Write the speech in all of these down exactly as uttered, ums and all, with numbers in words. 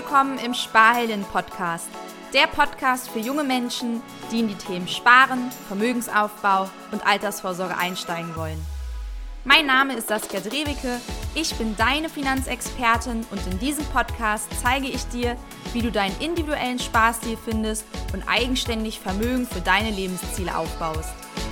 willkommen im Sparhelden-Podcast. Der Podcast für junge Menschen, die in die Themen Sparen, Vermögensaufbau und Altersvorsorge einsteigen wollen. Mein Name ist Saskia Drewicke, ich bin deine Finanzexpertin und in diesem Podcast zeige ich dir, wie du deinen individuellen Sparstil findest und eigenständig Vermögen für deine Lebensziele aufbaust.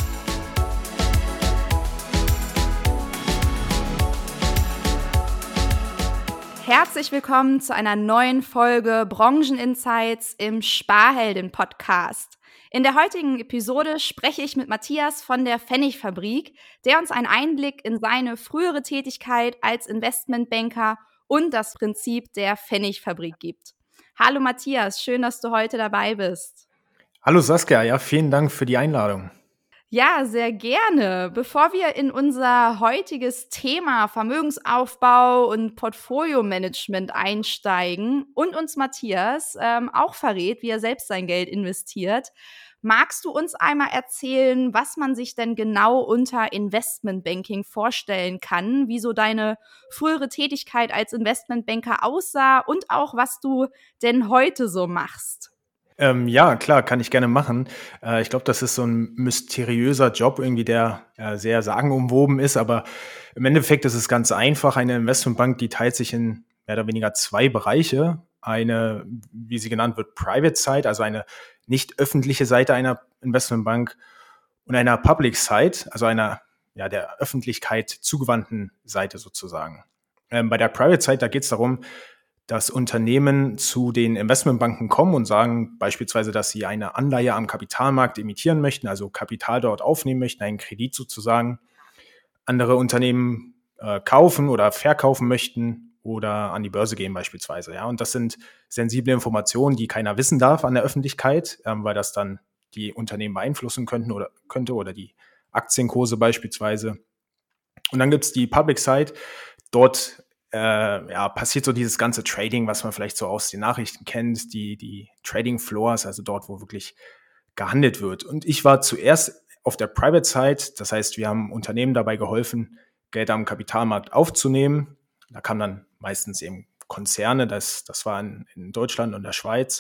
Herzlich willkommen zu einer neuen Folge Brancheninsights im Sparhelden-Podcast. In der heutigen Episode spreche ich mit Matthias von der Pfennigfabrik, der uns einen Einblick in seine frühere Tätigkeit als Investmentbanker und das Prinzip der Pfennigfabrik gibt. Hallo Matthias, schön, dass du heute dabei bist. Hallo Saskia, ja, vielen Dank für die Einladung. Ja, sehr gerne. Bevor wir in unser heutiges Thema Vermögensaufbau und Portfolio-Management einsteigen und uns Matthias ähm, auch verrät, wie er selbst sein Geld investiert, magst du uns einmal erzählen, was man sich denn genau unter Investmentbanking vorstellen kann, wie so deine frühere Tätigkeit als Investmentbanker aussah und auch, was du denn heute so machst? Ähm, ja, klar, kann ich gerne machen. Äh, ich glaube, das ist so ein mysteriöser Job irgendwie, der äh, sehr sagenumwoben ist, aber im Endeffekt ist es ganz einfach. Eine Investmentbank, die teilt sich in mehr oder weniger zwei Bereiche. Eine, wie sie genannt wird, Private Side, also eine nicht öffentliche Seite einer Investmentbank und einer Public Side, also einer ja, der Öffentlichkeit zugewandten Seite sozusagen. Ähm, bei der Private Side, da geht es darum, dass Unternehmen zu den Investmentbanken kommen und sagen beispielsweise, dass sie eine Anleihe am Kapitalmarkt emittieren möchten, also Kapital dort aufnehmen möchten, einen Kredit sozusagen. Andere Unternehmen äh, kaufen oder verkaufen möchten oder an die Börse gehen beispielsweise. Ja, und das sind sensible Informationen, die keiner wissen darf an der Öffentlichkeit, ähm, weil das dann die Unternehmen beeinflussen könnten oder könnte oder die Aktienkurse beispielsweise. Und dann gibt es die Public Side. Dort Äh, ja, passiert so dieses ganze Trading, was man vielleicht so aus den Nachrichten kennt, die, die Trading Floors, also dort, wo wirklich gehandelt wird. Und ich war zuerst auf der Private Side, das heißt, wir haben Unternehmen dabei geholfen, Geld am Kapitalmarkt aufzunehmen. Da kamen dann meistens eben Konzerne, das, das war in, in Deutschland und der Schweiz,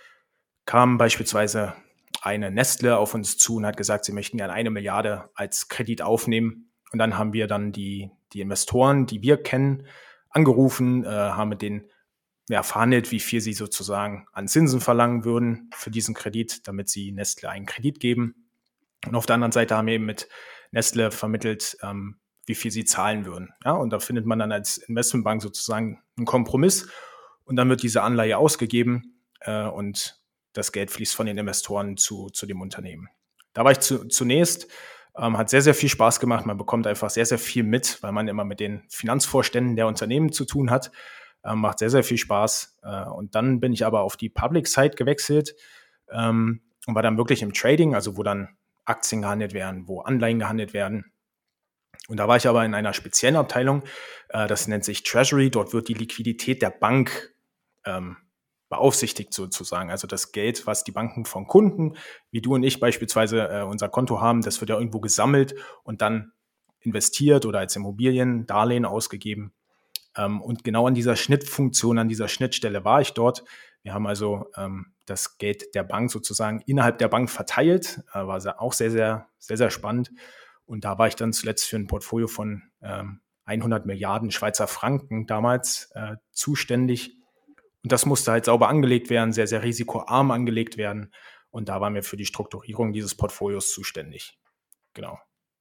kam beispielsweise eine Nestle auf uns zu und hat gesagt, sie möchten gerne eine Milliarde als Kredit aufnehmen. Und dann haben wir dann die, die Investoren, die wir kennen, angerufen, äh, haben mit denen ja, verhandelt, wie viel sie sozusagen an Zinsen verlangen würden für diesen Kredit, damit sie Nestle einen Kredit geben. Und auf der anderen Seite haben wir eben mit Nestle vermittelt, ähm, wie viel sie zahlen würden. Ja, und da findet man dann als Investmentbank sozusagen einen Kompromiss und dann wird diese Anleihe ausgegeben äh, und das Geld fließt von den Investoren zu, zu dem Unternehmen. Da war ich zu, zunächst Ähm, hat sehr, sehr viel Spaß gemacht. Man bekommt einfach sehr, sehr viel mit, weil man immer mit den Finanzvorständen der Unternehmen zu tun hat. Ähm, macht sehr, sehr viel Spaß. Äh, und dann bin ich aber auf die Public Side gewechselt ähm, und war dann wirklich im Trading, also wo dann Aktien gehandelt werden, wo Anleihen gehandelt werden. Und da war ich aber in einer speziellen Abteilung, äh, das nennt sich Treasury. Dort wird die Liquidität der Bank ähm, beaufsichtigt sozusagen. Also das Geld, was die Banken von Kunden, wie du und ich beispielsweise äh, unser Konto haben, das wird ja irgendwo gesammelt und dann investiert oder als Immobiliendarlehen ausgegeben. Ähm, und genau an dieser Schnittfunktion, an dieser Schnittstelle war ich dort. Wir haben also ähm, das Geld der Bank sozusagen innerhalb der Bank verteilt. Äh, war sehr, auch sehr, sehr, sehr, sehr spannend. Und da war ich dann zuletzt für ein Portfolio von ähm, hundert Milliarden Schweizer Franken damals äh, zuständig. Und das musste halt sauber angelegt werden, sehr, sehr risikoarm angelegt werden. Und da waren wir für die Strukturierung dieses Portfolios zuständig. Genau.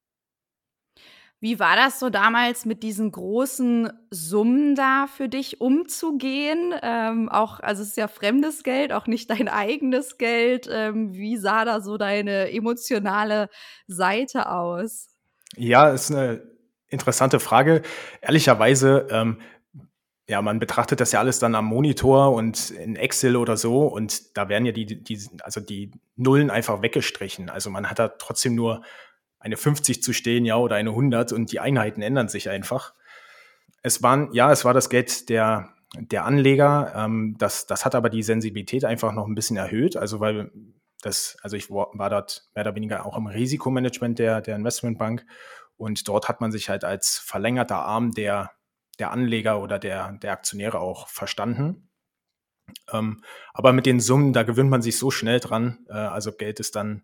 Wie war das so damals mit diesen großen Summen da für dich umzugehen? Ähm, auch, also es ist ja fremdes Geld, auch nicht dein eigenes Geld. Ähm, wie sah da so deine emotionale Seite aus? Ja, ist eine interessante Frage. Ehrlicherweise, ähm, ja, man betrachtet das ja alles dann am Monitor und in Excel oder so und da werden ja die, die, also die Nullen einfach weggestrichen. Also man hat da trotzdem nur eine fünfzig zu stehen, ja, oder eine hundert und die Einheiten ändern sich einfach. Es waren, ja, es war das Geld der, der Anleger. Ähm, das, das hat aber die Sensibilität einfach noch ein bisschen erhöht. Also weil das, also ich war, war dort mehr oder weniger auch im Risikomanagement der, der Investmentbank und dort hat man sich halt als verlängerter Arm der der Anleger oder der, der Aktionäre auch verstanden. Ähm, aber mit den Summen, da gewöhnt man sich so schnell dran. Äh, also Geld ist dann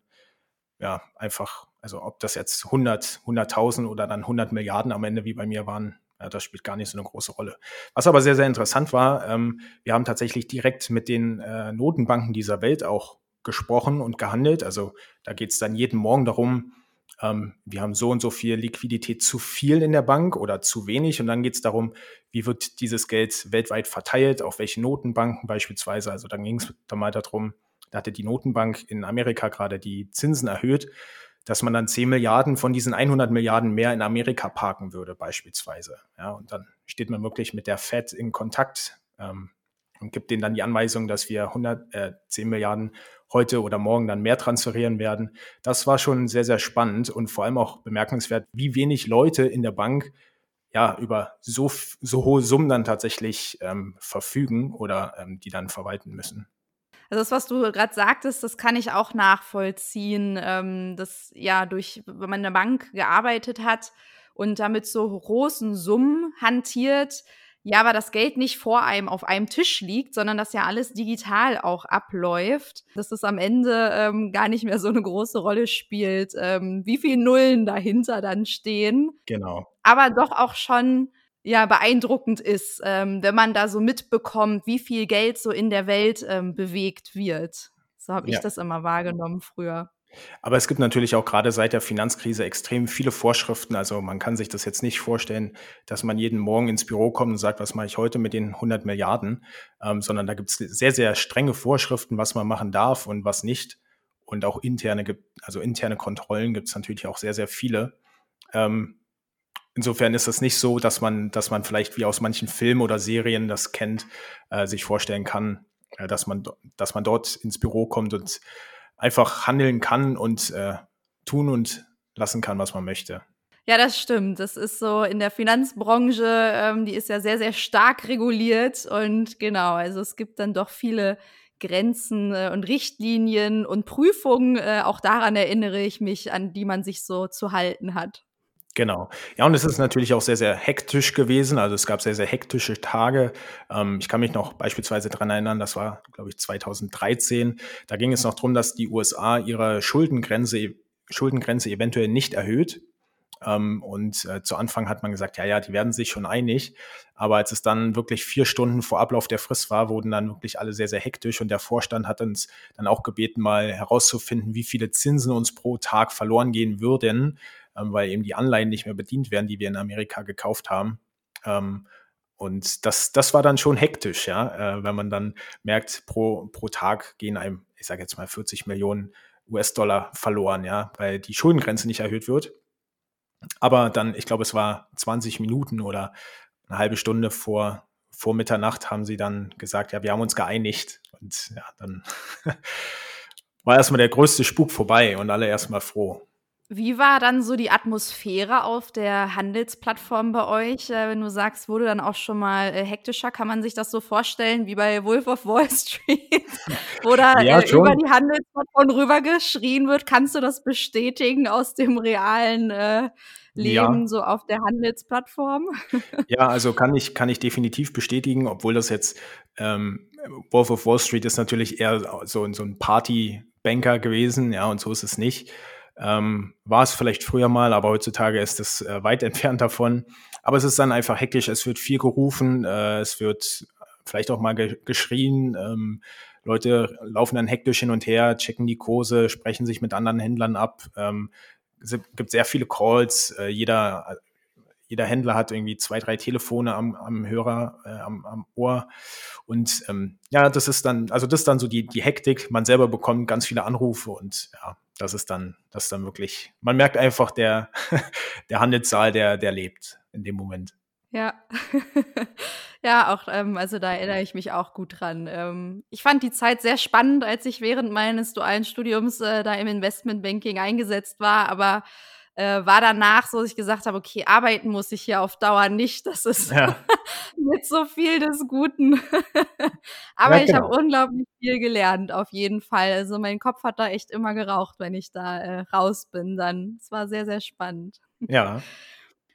ja einfach, also ob das jetzt hundert, hunderttausend oder dann hundert Milliarden am Ende wie bei mir waren, ja, das spielt gar nicht so eine große Rolle. Was aber sehr, sehr interessant war, ähm, wir haben tatsächlich direkt mit den äh, Notenbanken dieser Welt auch gesprochen und gehandelt. Also da geht es dann jeden Morgen darum, ähm, wir haben so und so viel Liquidität zu viel in der Bank oder zu wenig. Und dann geht es darum, wie wird dieses Geld weltweit verteilt, auf welche Notenbanken beispielsweise. Also dann ging es dann mal darum, da hatte die Notenbank in Amerika gerade die Zinsen erhöht, dass man dann zehn Milliarden von diesen hundert Milliarden mehr in Amerika parken würde beispielsweise. Ja, und dann steht man wirklich mit der Fed in Kontakt ähm, und gibt denen dann die Anweisung, dass wir hundert, äh, zehn Milliarden heute oder morgen dann mehr transferieren werden. Das war schon sehr, sehr spannend und vor allem auch bemerkenswert, wie wenig Leute in der Bank ja über so, so hohe Summen dann tatsächlich ähm, verfügen oder ähm, die dann verwalten müssen. Also das, was du gerade sagtest, das kann ich auch nachvollziehen, ähm, dass ja durch wenn man in der Bank gearbeitet hat und damit so großen Summen hantiert, ja, aber das Geld nicht vor einem auf einem Tisch liegt, sondern dass ja alles digital auch abläuft, dass es am Ende ähm, gar nicht mehr so eine große Rolle spielt, ähm, wie viel Nullen dahinter dann stehen. Genau. Aber doch auch schon, ja, beeindruckend ist, ähm, wenn man da so mitbekommt, wie viel Geld so in der Welt, ähm, bewegt wird. So habe ich Ja. das immer wahrgenommen früher. Aber es gibt natürlich auch gerade seit der Finanzkrise extrem viele Vorschriften. Also man kann sich das jetzt nicht vorstellen, dass man jeden Morgen ins Büro kommt und sagt, was mache ich heute mit den hundert Milliarden, ähm, sondern da gibt es sehr, sehr strenge Vorschriften, was man machen darf und was nicht. Und auch interne, gibt- also interne Kontrollen gibt es natürlich auch sehr, sehr viele. Ähm, insofern ist es nicht so, dass man, dass man vielleicht wie aus manchen Filmen oder Serien das kennt, äh, sich vorstellen kann, äh, dass man, do- dass man dort ins Büro kommt und einfach handeln kann und äh, tun und lassen kann, was man möchte. Ja, das stimmt. Das ist so in der Finanzbranche, ähm, die ist ja sehr, sehr stark reguliert und genau, also es gibt dann doch viele Grenzen, äh, und Richtlinien und Prüfungen, äh, auch daran erinnere ich mich, an die man sich so zu halten hat. Genau. Ja, und es ist natürlich auch sehr, sehr hektisch gewesen. Also es gab sehr, sehr hektische Tage. Ähm, ich kann mich noch beispielsweise dran erinnern, das war, glaube ich, zweitausenddreizehn. Da ging es noch drum, dass die U S A ihre Schuldengrenze, Schuldengrenze eventuell nicht erhöht. Ähm, und äh, zu Anfang hat man gesagt, ja, ja, die werden sich schon einig. Aber als es dann wirklich vier Stunden vor Ablauf der Frist war, wurden dann wirklich alle sehr, sehr hektisch. Und der Vorstand hat uns dann auch gebeten, mal herauszufinden, wie viele Zinsen uns pro Tag verloren gehen würden, ähm, weil eben die Anleihen nicht mehr bedient werden, die wir in Amerika gekauft haben. Ähm, und das, das war dann schon hektisch, ja, äh, wenn man dann merkt, pro, pro Tag gehen einem, ich sage jetzt mal, vierzig Millionen U S-Dollar verloren, ja, weil die Schuldengrenze nicht erhöht wird. Aber dann, ich glaube, es war zwanzig Minuten oder eine halbe Stunde vor, vor Mitternacht haben sie dann gesagt, ja, wir haben uns geeinigt. Und ja, dann war erstmal der größte Spuk vorbei und alle erstmal froh. Wie war dann so die Atmosphäre auf der Handelsplattform bei euch? Äh, wenn du sagst, wurde dann auch schon mal, äh, hektischer, kann man sich das so vorstellen wie bei Wolf of Wall Street, wo da, Ja, äh, über schon. die Handelsplattform rüber geschrien wird? Kannst du das bestätigen aus dem realen, äh, Ja, Leben so auf der Handelsplattform? ja, also kann ich, kann ich definitiv bestätigen, obwohl das jetzt ähm, Wolf of Wall Street ist natürlich eher so, so ein Partybanker gewesen, ja, und so ist es nicht. Ähm, war es vielleicht früher mal, aber heutzutage ist es äh, weit entfernt davon. Aber es ist dann einfach hektisch, es wird viel gerufen, äh, es wird vielleicht auch mal ge geschrien, ähm, Leute laufen dann hektisch hin und her, checken die Kurse, sprechen sich mit anderen Händlern ab. Ähm, es gibt sehr viele Calls, äh, jeder jeder Händler hat irgendwie zwei, drei Telefone am, am Hörer, äh, am, am Ohr. Und ähm, ja, das ist dann, also das ist dann so die, die Hektik. Man selber bekommt ganz viele Anrufe und ja, das ist dann, das ist dann wirklich, man merkt einfach, der, der Handelssaal, der, der lebt in dem Moment. Ja. Ja, auch, ähm also, da erinnere ich mich auch gut dran. Ähm, ich fand die Zeit sehr spannend, als ich während meines dualen Studiums, äh, da im Investmentbanking eingesetzt war, aber, äh, war danach so, dass ich gesagt habe: „Okay, arbeiten muss ich hier auf Dauer nicht. Das ist Ja, nicht so viel des Guten.“ ja, Aber ich habe genau. unglaublich viel gelernt, auf jeden Fall. Also, mein Kopf hat da echt immer geraucht, wenn ich da, äh, raus bin dann. Es war sehr, sehr spannend. Ja.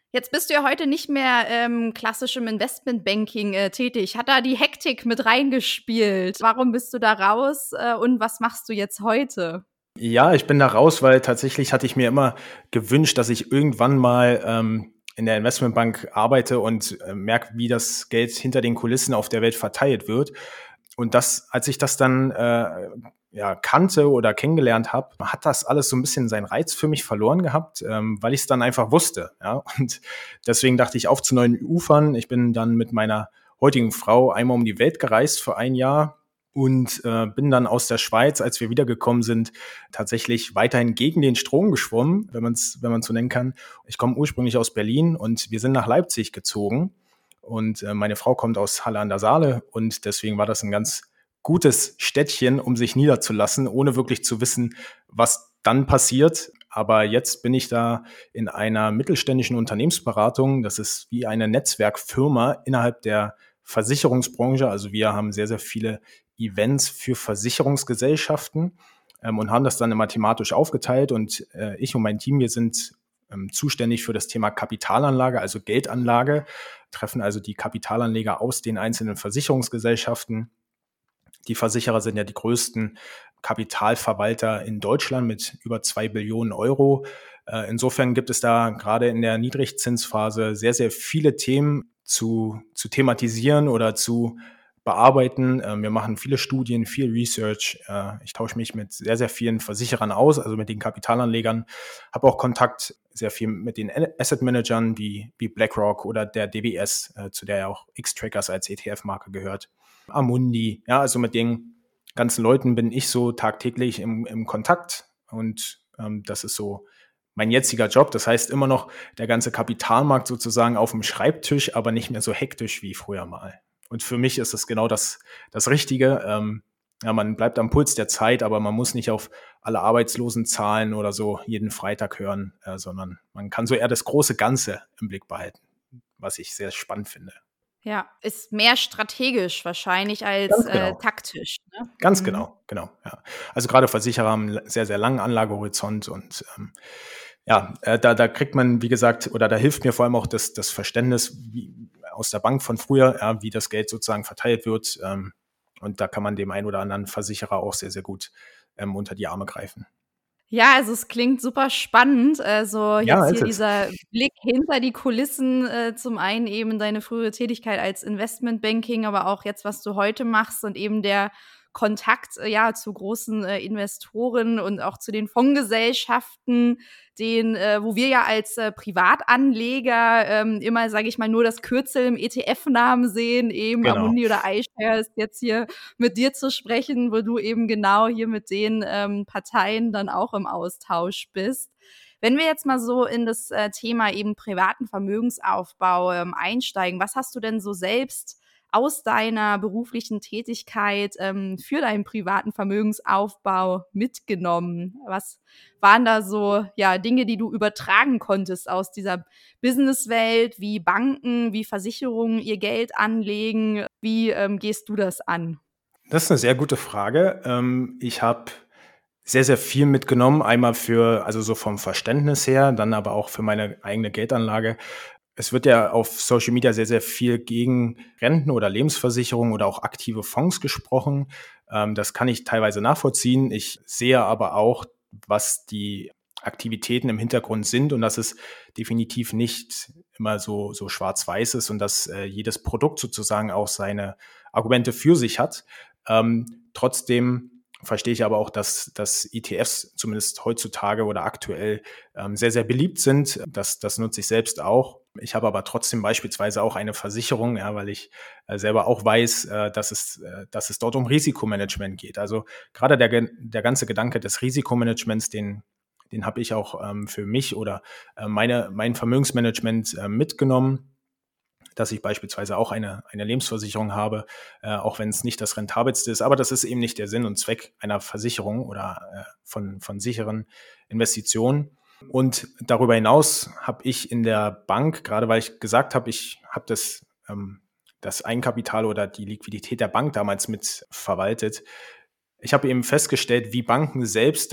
Jetzt bist du ja heute nicht mehr ähm, klassisch im Investmentbanking äh, tätig. Hat da die Hektik mit reingespielt? Warum bist du da raus äh, und was machst du jetzt heute? Ja, ich bin da raus, weil tatsächlich hatte ich mir immer gewünscht, dass ich irgendwann mal ähm, in der Investmentbank arbeite und äh, merke, wie das Geld hinter den Kulissen auf der Welt verteilt wird. Und das, als ich das dann äh, ja, kannte oder kennengelernt habe, hat das alles so ein bisschen seinen Reiz für mich verloren gehabt, ähm, weil ich es dann einfach wusste. Ja? Und deswegen dachte ich, auf zu neuen Ufern. Ich bin dann mit meiner heutigen Frau einmal um die Welt gereist für ein Jahr und äh, bin dann aus der Schweiz, als wir wiedergekommen sind, tatsächlich weiterhin gegen den Strom geschwommen, wenn man es wenn man so nennen kann. Ich komme ursprünglich aus Berlin und wir sind nach Leipzig gezogen. Und äh, meine Frau kommt aus Halle an der Saale und deswegen war das ein ganz gutes Städtchen, um sich niederzulassen, ohne wirklich zu wissen, was dann passiert. Aber jetzt bin ich da in einer mittelständischen Unternehmensberatung. Das ist wie eine Netzwerkfirma innerhalb der Versicherungsbranche. Also wir haben sehr, sehr viele Events für Versicherungsgesellschaften ähm, und haben das dann immer thematisch aufgeteilt. Und äh, ich und mein Team, wir sind ähm, zuständig für das Thema Kapitalanlage, also Geldanlage, treffen also die Kapitalanleger aus den einzelnen Versicherungsgesellschaften. Die Versicherer sind ja die größten Kapitalverwalter in Deutschland mit über zwei Billionen Euro. Äh, insofern gibt es da gerade in der Niedrigzinsphase sehr, sehr viele Themen zu, zu thematisieren oder zu bearbeiten. Äh, wir machen viele Studien, viel Research. Äh, ich tausche mich mit sehr, sehr vielen Versicherern aus, also mit den Kapitalanlegern, habe auch Kontakt sehr viel mit den Asset Managern wie, wie BlackRock oder der D B S, äh, zu der ja auch X-Trackers als E T F-Marke gehört. Amundi, ja, also mit den ganzen Leuten bin ich so tagtäglich im, im Kontakt und ähm, das ist so mein jetziger Job. Das heißt immer noch der ganze Kapitalmarkt sozusagen auf dem Schreibtisch, aber nicht mehr so hektisch wie früher mal. Und für mich ist es genau das, das Richtige. Ähm, ja, man bleibt am Puls der Zeit, aber man muss nicht auf alle Arbeitslosenzahlen oder so jeden Freitag hören, äh, sondern man kann so eher das große Ganze im Blick behalten, was ich sehr spannend finde. Ja, ist mehr strategisch wahrscheinlich als Ganz äh, genau. taktisch, ne? Ganz Mhm. genau, genau, ja. Also gerade Versicherer haben einen sehr, sehr langen Anlagehorizont und ähm, ja, äh, da, da kriegt man, wie gesagt, oder da hilft mir vor allem auch das, das Verständnis wie, aus der Bank von früher, ja, wie das Geld sozusagen verteilt wird. Ähm, und da kann man dem einen oder anderen Versicherer auch sehr, sehr gut ähm, unter die Arme greifen. Ja, also es klingt super spannend. Also Ja, jetzt ist hier es. dieser Blick hinter die Kulissen, äh, zum einen eben deine frühere Tätigkeit als Investmentbanking, aber auch jetzt, was du heute machst und eben der Kontakt, äh, ja, zu großen, äh, Investoren und auch zu den Fondsgesellschaften, den äh, wo wir ja als, äh, Privatanleger, ähm, immer, sage ich mal, nur das Kürzel im E T F-Namen sehen, eben Genau. Amundi oder iShares, jetzt hier mit dir zu sprechen, wo du eben genau hier mit den ähm, Parteien dann auch im Austausch bist. Wenn wir jetzt mal so in das äh, Thema eben privaten Vermögensaufbau ähm, einsteigen, was hast du denn so selbst aus deiner beruflichen Tätigkeit ähm, für deinen privaten Vermögensaufbau mitgenommen? Was waren da so ja Dinge, die du übertragen konntest aus dieser Businesswelt, wie Banken, wie Versicherungen ihr Geld anlegen? Wie ähm, gehst du das an? Das ist eine sehr gute Frage. Ähm, ich habe sehr, sehr viel mitgenommen. Einmal für, also so vom Verständnis her, dann aber auch für meine eigene Geldanlage. Es wird ja auf Social Media sehr, sehr viel gegen Renten oder Lebensversicherung oder auch aktive Fonds gesprochen. Ähm, das kann ich teilweise nachvollziehen. Ich sehe aber auch, was die Aktivitäten im Hintergrund sind und dass es definitiv nicht immer so, so schwarz-weiß ist und dass äh, jedes Produkt sozusagen auch seine Argumente für sich hat. Ähm, trotzdem verstehe ich aber auch, dass, dass E T Fs zumindest heutzutage oder aktuell ähm, sehr, sehr beliebt sind. Das, das nutze ich selbst auch. Ich habe aber trotzdem beispielsweise auch eine Versicherung, ja, weil ich äh, selber auch weiß, äh, dass, es, äh, dass es dort um Risikomanagement geht. Also gerade der, der ganze Gedanke des Risikomanagements, den, den habe ich auch ähm, für mich oder äh, meine, mein Vermögensmanagement äh, mitgenommen, dass ich beispielsweise auch eine, eine Lebensversicherung habe, äh, auch wenn es nicht das rentabelste ist. Aber das ist eben nicht der Sinn und Zweck einer Versicherung oder äh, von, von sicheren Investitionen. Und darüber hinaus habe ich in der Bank, gerade weil ich gesagt habe, ich habe das, ähm, das Eigenkapital oder die Liquidität der Bank damals mit verwaltet, ich habe eben festgestellt, wie Banken selbst das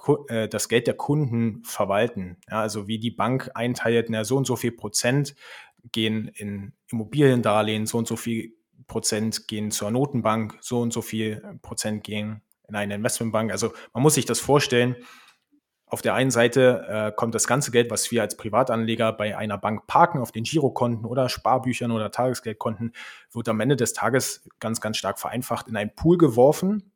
äh, das Geld der Kunden verwalten. Ja, also wie die Bank einteilt, na, so und so viel Prozent gehen in Immobiliendarlehen, so und so viel Prozent gehen zur Notenbank, so und so viel Prozent gehen in eine Investmentbank. Also man muss sich das vorstellen. Auf der einen Seite äh, kommt das ganze Geld, was wir als Privatanleger bei einer Bank parken, auf den Girokonten oder Sparbüchern oder Tagesgeldkonten, wird am Ende des Tages ganz, ganz stark vereinfacht in einen Pool geworfen.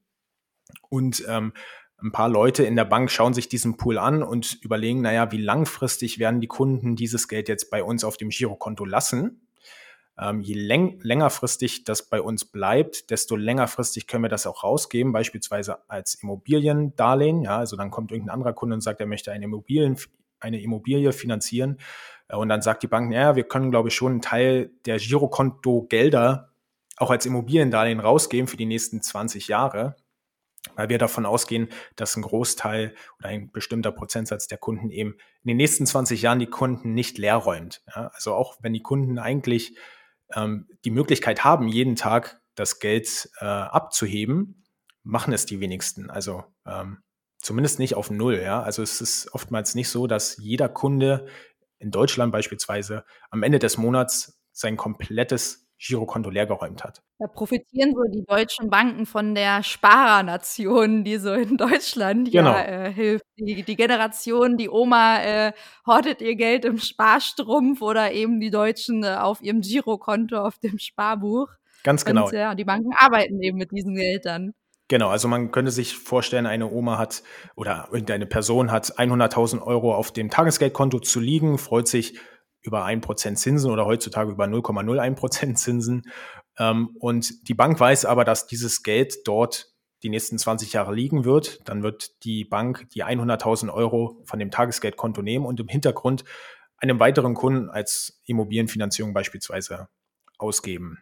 Und ähm, ein paar Leute in der Bank schauen sich diesen Pool an und überlegen, naja, wie langfristig werden die Kunden dieses Geld jetzt bei uns auf dem Girokonto lassen? Ähm, je läng- längerfristig das bei uns bleibt, desto längerfristig können wir das auch rausgeben, beispielsweise als Immobiliendarlehen. Ja, also dann kommt irgendein anderer Kunde und sagt, er möchte eine, Immobilien, eine Immobilie finanzieren. Äh, und dann sagt die Bank, naja, wir können, glaube ich, schon einen Teil der Girokonto-Gelder auch als Immobiliendarlehen rausgeben für die nächsten zwanzig Jahre, weil wir davon ausgehen, dass ein Großteil oder ein bestimmter Prozentsatz der Kunden eben in den nächsten zwanzig Jahren die Kunden nicht leer räumt. Ja, also auch wenn die Kunden eigentlich ähm, die Möglichkeit haben, jeden Tag das Geld äh, abzuheben, machen es die wenigsten. Also ähm, zumindest nicht auf Null. Ja? Also es ist oftmals nicht so, dass jeder Kunde in Deutschland beispielsweise am Ende des Monats sein komplettes Girokonto leergeräumt hat. Da profitieren so die deutschen Banken von der Sparernation, die so in Deutschland ja Genau. äh, hilft. Die, die Generation, die Oma äh, hortet ihr Geld im Sparstrumpf oder eben die Deutschen äh, auf ihrem Girokonto, auf dem Sparbuch. Ganz genau. Und ja, die Banken arbeiten eben mit diesem Geld dann. Genau, also man könnte sich vorstellen, eine Oma hat oder irgendeine Person hat hunderttausend Euro auf dem Tagesgeldkonto zu liegen, freut sich über ein Prozent Zinsen oder heutzutage über null Komma null eins Prozent Zinsen. Ähm, und die Bank weiß aber, dass dieses Geld dort die nächsten zwanzig Jahre liegen wird. Dann wird die Bank die hunderttausend Euro von dem Tagesgeldkonto nehmen und im Hintergrund einem weiteren Kunden als Immobilienfinanzierung beispielsweise ausgeben.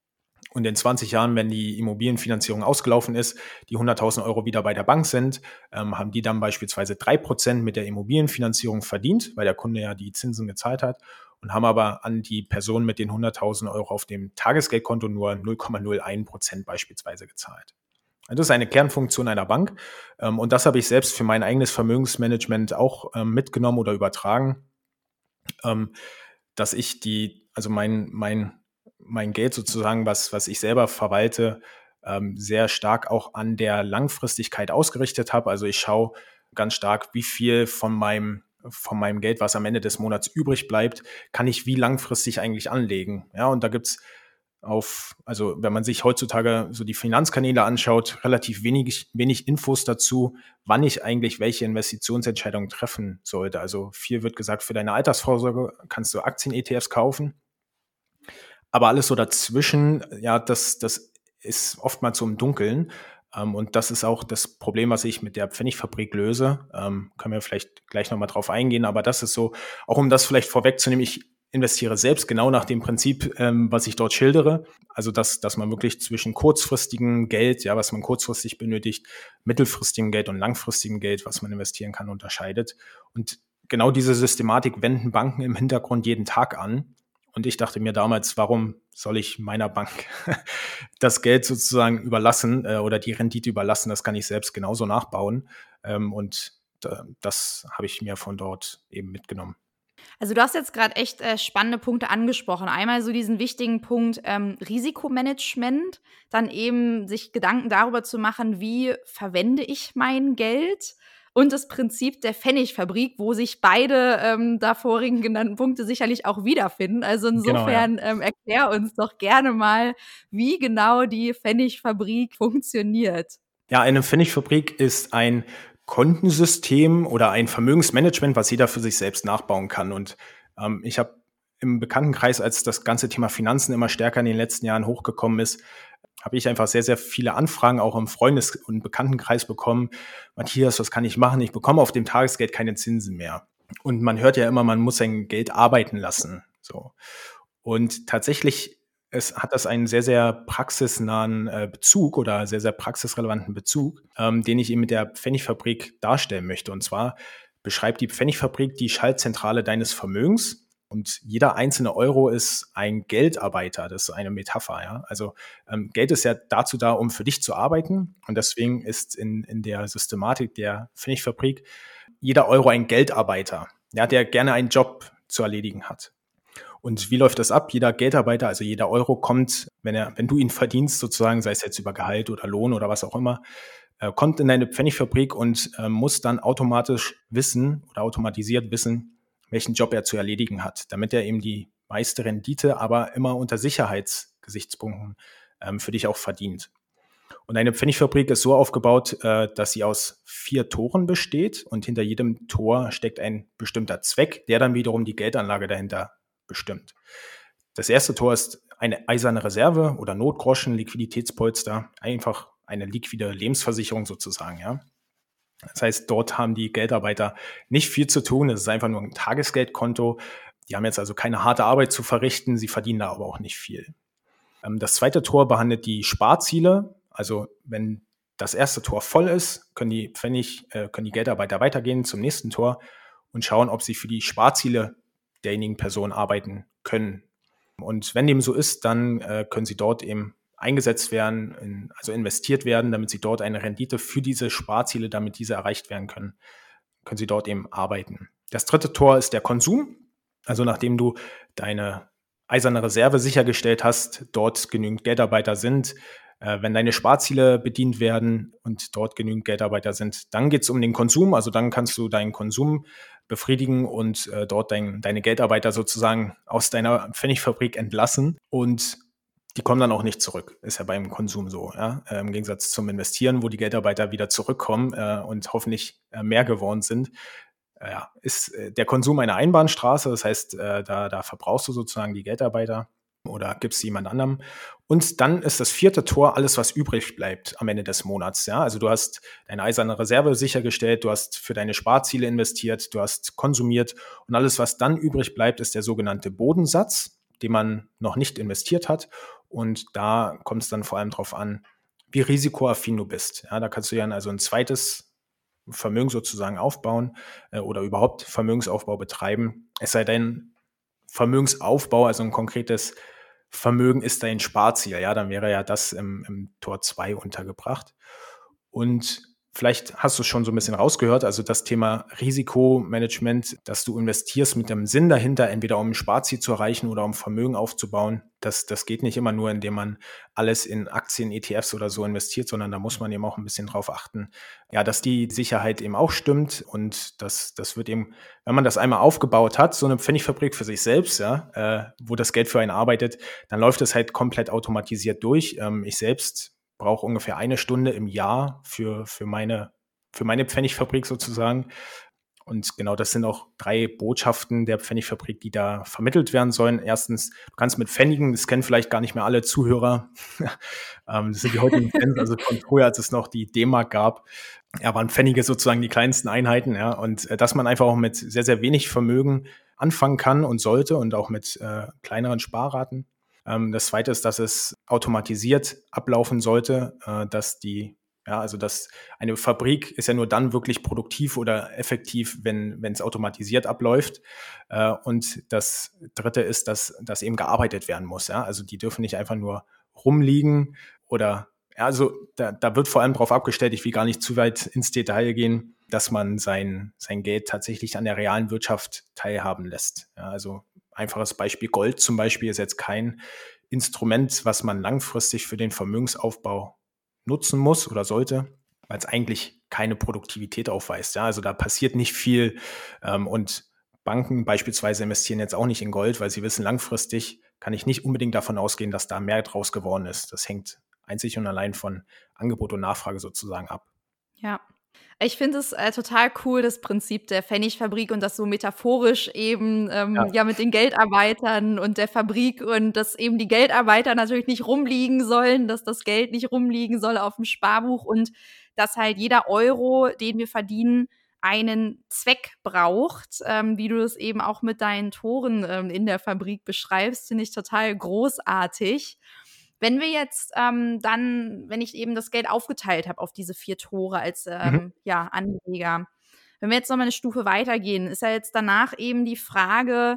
Und in zwanzig Jahren, wenn die Immobilienfinanzierung ausgelaufen ist, die hunderttausend Euro wieder bei der Bank sind, ähm, haben die dann beispielsweise drei Prozent mit der Immobilienfinanzierung verdient, weil der Kunde ja die Zinsen gezahlt hat, und haben aber an die Person mit den hunderttausend Euro auf dem Tagesgeldkonto nur null Komma null eins Prozent beispielsweise gezahlt. Das ist eine Kernfunktion einer Bank, ähm, und das habe ich selbst für mein eigenes Vermögensmanagement auch ähm, mitgenommen oder übertragen, ähm, dass ich die, also mein, mein mein Geld sozusagen, was, was ich selber verwalte, ähm, sehr stark auch an der Langfristigkeit ausgerichtet habe. Also ich schaue ganz stark, wie viel von meinem, von meinem Geld, was am Ende des Monats übrig bleibt, kann ich wie langfristig eigentlich anlegen. Ja, und da gibt's auf, also wenn man sich heutzutage so die Finanzkanäle anschaut, relativ wenig, wenig Infos dazu, wann ich eigentlich welche Investitionsentscheidungen treffen sollte. Also viel wird gesagt, für deine Altersvorsorge kannst du Aktien-E T Fs kaufen. Aber alles so dazwischen, ja, das, das ist oftmals so im Dunkeln. Ähm, und das ist auch das Problem, was ich mit der Pfennigfabrik löse. Ähm, können wir vielleicht gleich nochmal drauf eingehen. Aber das ist so, auch um das vielleicht vorwegzunehmen, ich investiere selbst genau nach dem Prinzip, ähm, was ich dort schildere. Also, dass, dass man wirklich zwischen kurzfristigem Geld, ja, was man kurzfristig benötigt, mittelfristigem Geld und langfristigem Geld, was man investieren kann, unterscheidet. Und genau diese Systematik wenden Banken im Hintergrund jeden Tag an. Und ich dachte mir damals, warum soll ich meiner Bank das Geld sozusagen überlassen äh, oder die Rendite überlassen? Das kann ich selbst genauso nachbauen. Ähm, und äh, das habe ich mir von dort eben mitgenommen. Also du hast jetzt gerade echt äh, spannende Punkte angesprochen. Einmal so diesen wichtigen Punkt ähm, Risikomanagement, dann eben sich Gedanken darüber zu machen, wie verwende ich mein Geld, und das Prinzip der Pfennigfabrik, wo sich beide ähm, da vorigen genannten Punkte sicherlich auch wiederfinden. Also insofern Genau, ja. ähm, erklär uns doch gerne mal, wie genau die Pfennigfabrik funktioniert. Ja, eine Pfennigfabrik ist ein Kontensystem oder ein Vermögensmanagement, was jeder für sich selbst nachbauen kann. Und ähm, ich habe im Bekanntenkreis, als das ganze Thema Finanzen immer stärker in den letzten Jahren hochgekommen ist, habe ich einfach sehr, sehr viele Anfragen auch im Freundes- und Bekanntenkreis bekommen. Matthias, was kann ich machen? Ich bekomme auf dem Tagesgeld keine Zinsen mehr. Und man hört ja immer, man muss sein Geld arbeiten lassen. So. Und tatsächlich es hat das einen sehr, sehr praxisnahen äh, Bezug oder sehr, sehr praxisrelevanten Bezug, ähm, den ich eben mit der Pfennigfabrik darstellen möchte. Und zwar beschreibt die Pfennigfabrik die Schaltzentrale deines Vermögens. Und jeder einzelne Euro ist ein Geldarbeiter. Das ist eine Metapher. Ja? Also ähm, Geld ist ja dazu da, um für dich zu arbeiten. Und deswegen ist in, in der Systematik der Pfennigfabrik jeder Euro ein Geldarbeiter, ja, der gerne einen Job zu erledigen hat. Und wie läuft das ab? Jeder Geldarbeiter, also jeder Euro kommt, wenn er, wenn du ihn verdienst sozusagen, sei es jetzt über Gehalt oder Lohn oder was auch immer, äh, kommt in deine Pfennigfabrik und äh, muss dann automatisch wissen oder automatisiert wissen, welchen Job er zu erledigen hat, damit er eben die meiste Rendite, aber immer unter Sicherheitsgesichtspunkten ähm, für dich auch verdient. Und eine Pfennigfabrik ist so aufgebaut, äh, dass sie aus vier Toren besteht und hinter jedem Tor steckt ein bestimmter Zweck, der dann wiederum die Geldanlage dahinter bestimmt. Das erste Tor ist eine eiserne Reserve oder Notgroschen, Liquiditätspolster, einfach eine liquide Lebensversicherung sozusagen, ja. Das heißt, dort haben die Geldarbeiter nicht viel zu tun. Es ist einfach nur ein Tagesgeldkonto. Die haben jetzt also keine harte Arbeit zu verrichten. Sie verdienen da aber auch nicht viel. Das zweite Tor behandelt die Sparziele. Also wenn das erste Tor voll ist, können die Pfennig, äh, können die Geldarbeiter weitergehen zum nächsten Tor und schauen, ob sie für die Sparziele derjenigen Person arbeiten können. Und wenn dem so ist, dann äh, können sie dort eben eingesetzt werden, in, also investiert werden, damit sie dort eine Rendite für diese Sparziele, damit diese erreicht werden können, können sie dort eben arbeiten. Das dritte Tor ist der Konsum. Also nachdem du deine eiserne Reserve sichergestellt hast, dort genügend Geldarbeiter sind, äh, wenn deine Sparziele bedient werden und dort genügend Geldarbeiter sind, dann geht es um den Konsum. Also dann kannst du deinen Konsum befriedigen und äh, dort dein, deine Geldarbeiter sozusagen aus deiner Pfennigfabrik entlassen und die kommen dann auch nicht zurück. Ist ja beim Konsum so, ja? äh, im Gegensatz zum Investieren, wo die Geldarbeiter wieder zurückkommen äh, und hoffentlich äh, mehr geworden sind. Äh, ja, ist äh, der Konsum eine Einbahnstraße, das heißt, äh, da, da verbrauchst du sozusagen die Geldarbeiter oder gibst sie jemand anderem. Und dann ist das vierte Tor alles, was übrig bleibt am Ende des Monats. Ja? Also du hast deine eiserne Reserve sichergestellt, du hast für deine Sparziele investiert, du hast konsumiert und alles, was dann übrig bleibt, ist der sogenannte Bodensatz, den man noch nicht investiert hat. Und da kommt es dann vor allem darauf an, wie risikoaffin du bist. Ja, da kannst du ja also ein zweites Vermögen sozusagen aufbauen äh, oder überhaupt Vermögensaufbau betreiben. Es sei denn, Vermögensaufbau, also ein konkretes Vermögen ist dein Sparziel. Ja, dann wäre ja das im, im Tor zwei untergebracht. Und vielleicht hast du es schon so ein bisschen rausgehört, also das Thema Risikomanagement, dass du investierst mit dem Sinn dahinter, entweder um ein Sparziel zu erreichen oder um Vermögen aufzubauen. Das, das geht nicht immer nur, indem man alles in Aktien, E T Fs oder so investiert, sondern da muss man eben auch ein bisschen drauf achten, ja, dass die Sicherheit eben auch stimmt und das, das wird eben, wenn man das einmal aufgebaut hat, so eine Pfennigfabrik für sich selbst, ja, äh, wo das Geld für einen arbeitet, dann läuft es halt komplett automatisiert durch. Ähm, ich selbst brauche ungefähr eine Stunde im Jahr für, für meine, für meine Pfennigfabrik sozusagen. Und genau das sind auch drei Botschaften der Pfennigfabrik, die da vermittelt werden sollen. Erstens, du kannst mit Pfennigen, das kennen vielleicht gar nicht mehr alle Zuhörer, ähm, das sind die heutigen Fans, also von früher, als es noch die D-Mark gab, ja, waren Pfennige sozusagen die kleinsten Einheiten, ja, und äh, dass man einfach auch mit sehr, sehr wenig Vermögen anfangen kann und sollte und auch mit äh, kleineren Sparraten. Ähm, das zweite ist, dass es automatisiert ablaufen sollte, äh, dass die Ja, also dass eine Fabrik ist ja nur dann wirklich produktiv oder effektiv, wenn wenn es automatisiert abläuft. Äh, und das Dritte ist, dass dass eben gearbeitet werden muss. Ja, also die dürfen nicht einfach nur rumliegen oder ja, also da, da wird vor allem darauf abgestellt. Ich will gar nicht zu weit ins Detail gehen, dass man sein sein Geld tatsächlich an der realen Wirtschaft teilhaben lässt. Ja, also einfaches Beispiel Gold zum Beispiel ist jetzt kein Instrument, was man langfristig für den Vermögensaufbau nutzen muss oder sollte, weil es eigentlich keine Produktivität aufweist. Ja, also da passiert nicht viel ähm, und Banken beispielsweise investieren jetzt auch nicht in Gold, weil sie wissen, langfristig kann ich nicht unbedingt davon ausgehen, dass da mehr draus geworden ist. Das hängt einzig und allein von Angebot und Nachfrage sozusagen ab. Ja. Ich finde es äh, total cool, das Prinzip der Pfennigfabrik und das so metaphorisch eben ähm, Ja. ja mit den Geldarbeitern und der Fabrik und dass eben die Geldarbeiter natürlich nicht rumliegen sollen, dass das Geld nicht rumliegen soll auf dem Sparbuch und dass halt jeder Euro, den wir verdienen, einen Zweck braucht, ähm, wie du es eben auch mit deinen Toren ähm, in der Fabrik beschreibst, finde ich total großartig. Wenn wir jetzt ähm, dann, wenn ich eben das Geld aufgeteilt habe auf diese vier Tore als ähm, Mhm. ja, Anleger, wenn wir jetzt noch mal eine Stufe weitergehen, ist ja jetzt danach eben die Frage,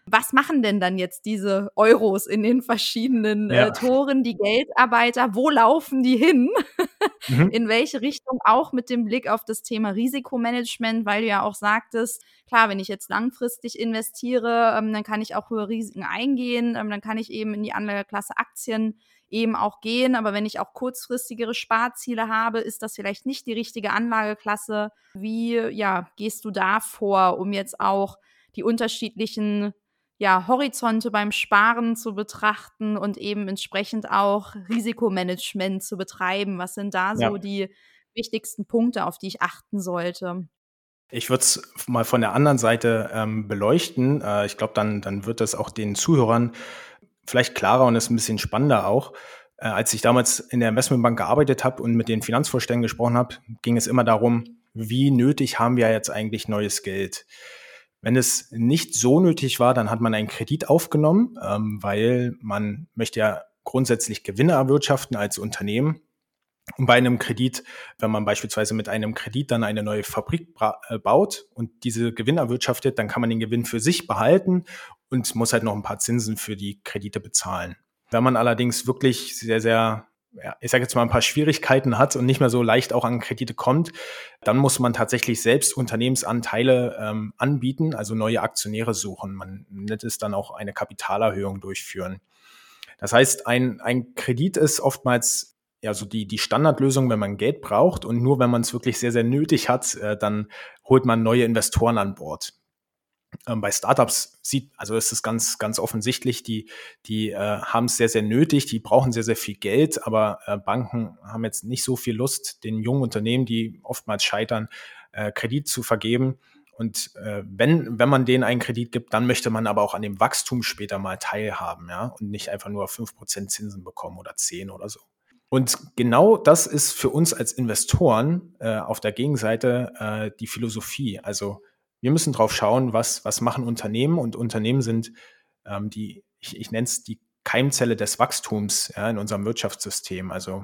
Was machen denn dann jetzt diese Euros in den verschiedenen Ja. äh, Toren, die Geldarbeiter? Wo laufen die hin? Mhm. In welche Richtung? Auch mit dem Blick auf das Thema Risikomanagement, weil du ja auch sagtest, klar, wenn ich jetzt langfristig investiere, ähm, dann kann ich auch höhere Risiken eingehen, ähm, dann kann ich eben in die Anlageklasse Aktien eben auch gehen. Aber wenn ich auch kurzfristigere Sparziele habe, ist das vielleicht nicht die richtige Anlageklasse. Wie, ja, gehst du da vor, um jetzt auch die unterschiedlichen ja, Horizonte beim Sparen zu betrachten und eben entsprechend auch Risikomanagement zu betreiben? Was sind da Ja. so die wichtigsten Punkte, auf die ich achten sollte? Ich würde es mal von der anderen Seite ähm, beleuchten. Äh, ich glaube, dann, dann wird das auch den Zuhörern vielleicht klarer und ist ein bisschen spannender auch. Äh, als ich damals in der Investmentbank gearbeitet habe und mit den Finanzvorständen gesprochen habe, ging es immer darum, wie nötig haben wir jetzt eigentlich neues Geld? Wenn es nicht so nötig war, dann hat man einen Kredit aufgenommen, ähm, weil man möchte ja grundsätzlich Gewinne erwirtschaften als Unternehmen. Und bei einem Kredit, wenn man beispielsweise mit einem Kredit dann eine neue Fabrik bra- äh, baut und diese Gewinn erwirtschaftet, dann kann man den Gewinn für sich behalten und muss halt noch ein paar Zinsen für die Kredite bezahlen. Wenn man allerdings wirklich sehr, sehr, ja, ich sage jetzt mal ein paar Schwierigkeiten hat und nicht mehr so leicht auch an Kredite kommt, dann muss man tatsächlich selbst Unternehmensanteile ähm, anbieten, also neue Aktionäre suchen. Man nennt es dann auch eine Kapitalerhöhung durchführen. Das heißt, ein, ein Kredit ist oftmals ja so die, die Standardlösung, wenn man Geld braucht, und nur wenn man es wirklich sehr, sehr nötig hat, äh, dann holt man neue Investoren an Bord. Ähm, bei Startups sieht, also ist es ganz, ganz offensichtlich, die, die äh, haben es sehr, sehr nötig, die brauchen sehr, sehr viel Geld, aber äh, Banken haben jetzt nicht so viel Lust, den jungen Unternehmen, die oftmals scheitern, äh, Kredit zu vergeben. Und äh, wenn, wenn man denen einen Kredit gibt, dann möchte man aber auch an dem Wachstum später mal teilhaben, ja, und nicht einfach nur fünf Prozent Zinsen bekommen oder zehn oder so. Und genau das ist für uns als Investoren äh, auf der Gegenseite äh, die Philosophie. Also wir müssen drauf schauen, was, was machen Unternehmen, und Unternehmen sind ähm, die, ich, ich nenne es die Keimzelle des Wachstums, ja, in unserem Wirtschaftssystem. Also